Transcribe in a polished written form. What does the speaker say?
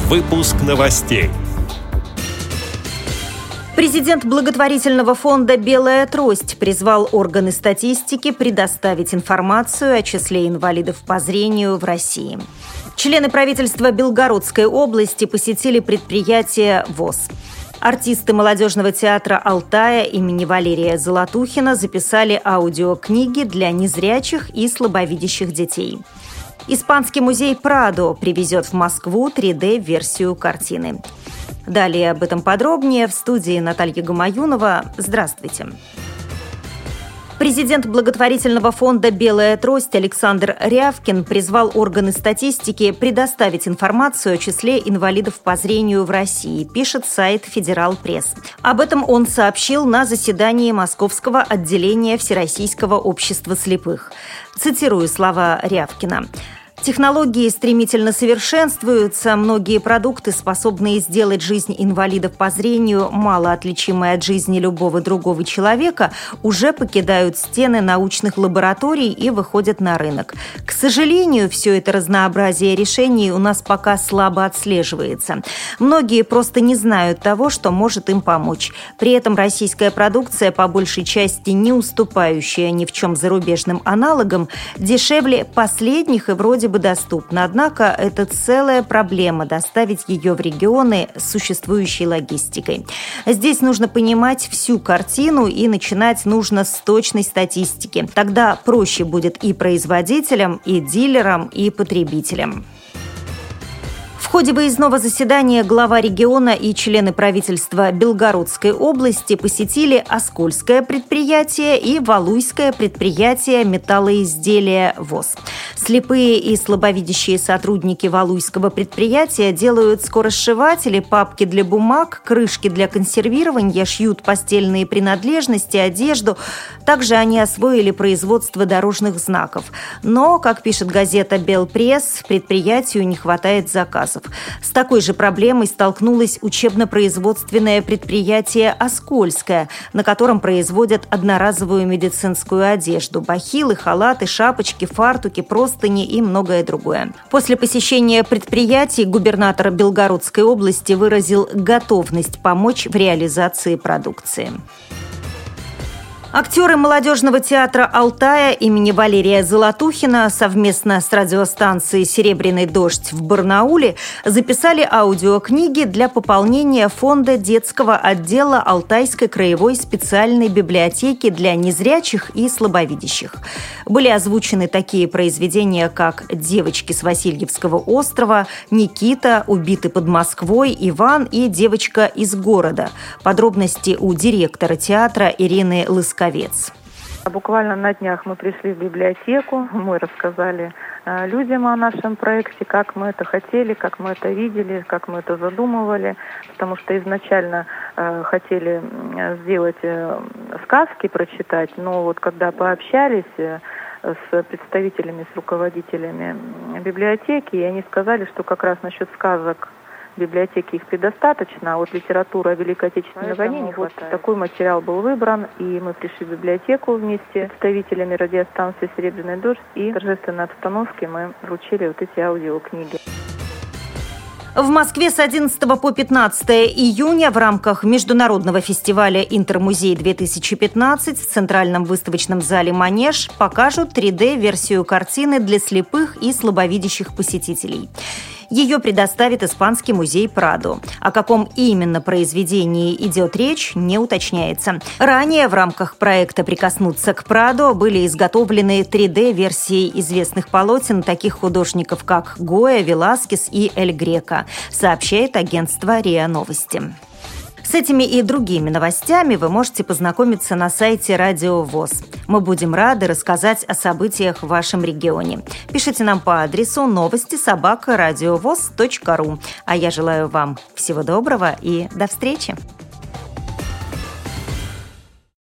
Выпуск новостей. Президент благотворительного фонда «Белая трость» призвал органы статистики предоставить информацию о числе инвалидов по зрению в России. Члены правительства Белгородской области посетили предприятие ВОС. Артисты молодежного театра «Алтая» имени Валерия Золотухина записали аудиокниги для незрячих и слабовидящих детей. Испанский музей Прадо привезет в Москву 3D-версию картины. Далее об этом подробнее в студии Наталья Гамаюнова. Здравствуйте. Президент благотворительного фонда «Белая трость» Александр Рявкин призвал органы статистики предоставить информацию о числе инвалидов по зрению в России, пишет сайт «Федерал Пресс». Об этом он сообщил на заседании Московского отделения Всероссийского общества слепых. Цитирую слова Рявкина. Технологии стремительно совершенствуются, многие продукты, способные сделать жизнь инвалидов по зрению мало отличимой от жизни любого другого человека, уже покидают стены научных лабораторий и выходят на рынок. К сожалению, все это разнообразие решений у нас пока слабо отслеживается. Многие просто не знают того, что может им помочь. При этом российская продукция, по большей части не уступающая ни в чем зарубежным аналогам, дешевле последних и вроде бы доступна. Однако это целая проблема доставить ее в регионы с существующей логистикой. Здесь нужно понимать всю картину и начинать нужно с точной статистики. Тогда проще будет и производителям, и дилерам, и потребителям. В ходе выездного заседания глава региона и члены правительства Белгородской области посетили Оскольское предприятие и Валуйское предприятие металлоизделия ВОС. Слепые и слабовидящие сотрудники Валуйского предприятия делают скоросшиватели, папки для бумаг, крышки для консервирования, шьют постельные принадлежности, одежду. Также они освоили производство дорожных знаков. Но, как пишет газета «Белпресс», предприятию не хватает заказов. С такой же проблемой столкнулось учебно-производственное предприятие «Оскольское», на котором производят одноразовую медицинскую одежду – бахилы, халаты, шапочки, фартуки, простыни и многое другое. После посещения предприятий губернатор Белгородской области выразил готовность помочь в реализации продукции. Актеры молодежного театра «Алтая» имени Валерия Золотухина совместно с радиостанцией «Серебряный дождь» в Барнауле записали аудиокниги для пополнения фонда детского отдела Алтайской краевой специальной библиотеки для незрячих и слабовидящих. Были озвучены такие произведения, как «Девочки с Васильевского острова», «Никита», «Убиты под Москвой», «Иван» и «Девочка из города». Подробности у директора театра Ирины Лысковец. Буквально на днях мы пришли в библиотеку, мы рассказали людям о нашем проекте, как мы это хотели, как мы это видели, как мы это задумывали, потому что изначально хотели сделать сказки, прочитать, но вот когда пообщались с представителями, с руководителями библиотеки, и они сказали, что как раз насчет сказок в библиотеке их предостаточно, а вот литература о Великой Отечественной войне не хватает. Вот такой материал был выбран, и мы пришли в библиотеку вместе с представителями радиостанции «Серебряный дождь», и в торжественной обстановке мы вручили вот эти аудиокниги. В Москве с 11 по 15 июня в рамках международного фестиваля «Интермузей-2015» в Центральном выставочном зале «Манеж» покажут 3D-версию картины для слепых и слабовидящих посетителей. Ее предоставит Испанский музей Прадо. О каком именно произведении идет речь, не уточняется. Ранее в рамках проекта «Прикоснуться к Прадо» были изготовлены 3D-версии известных полотен таких художников, как Гоя, Веласкес и Эль Греко, сообщает агентство РИА Новости. С этими и другими новостями вы можете познакомиться на сайте Радио ВОС. Мы будем рады рассказать о событиях в вашем регионе. Пишите нам по адресу новости@радиовос.ру. А я желаю вам всего доброго и до встречи!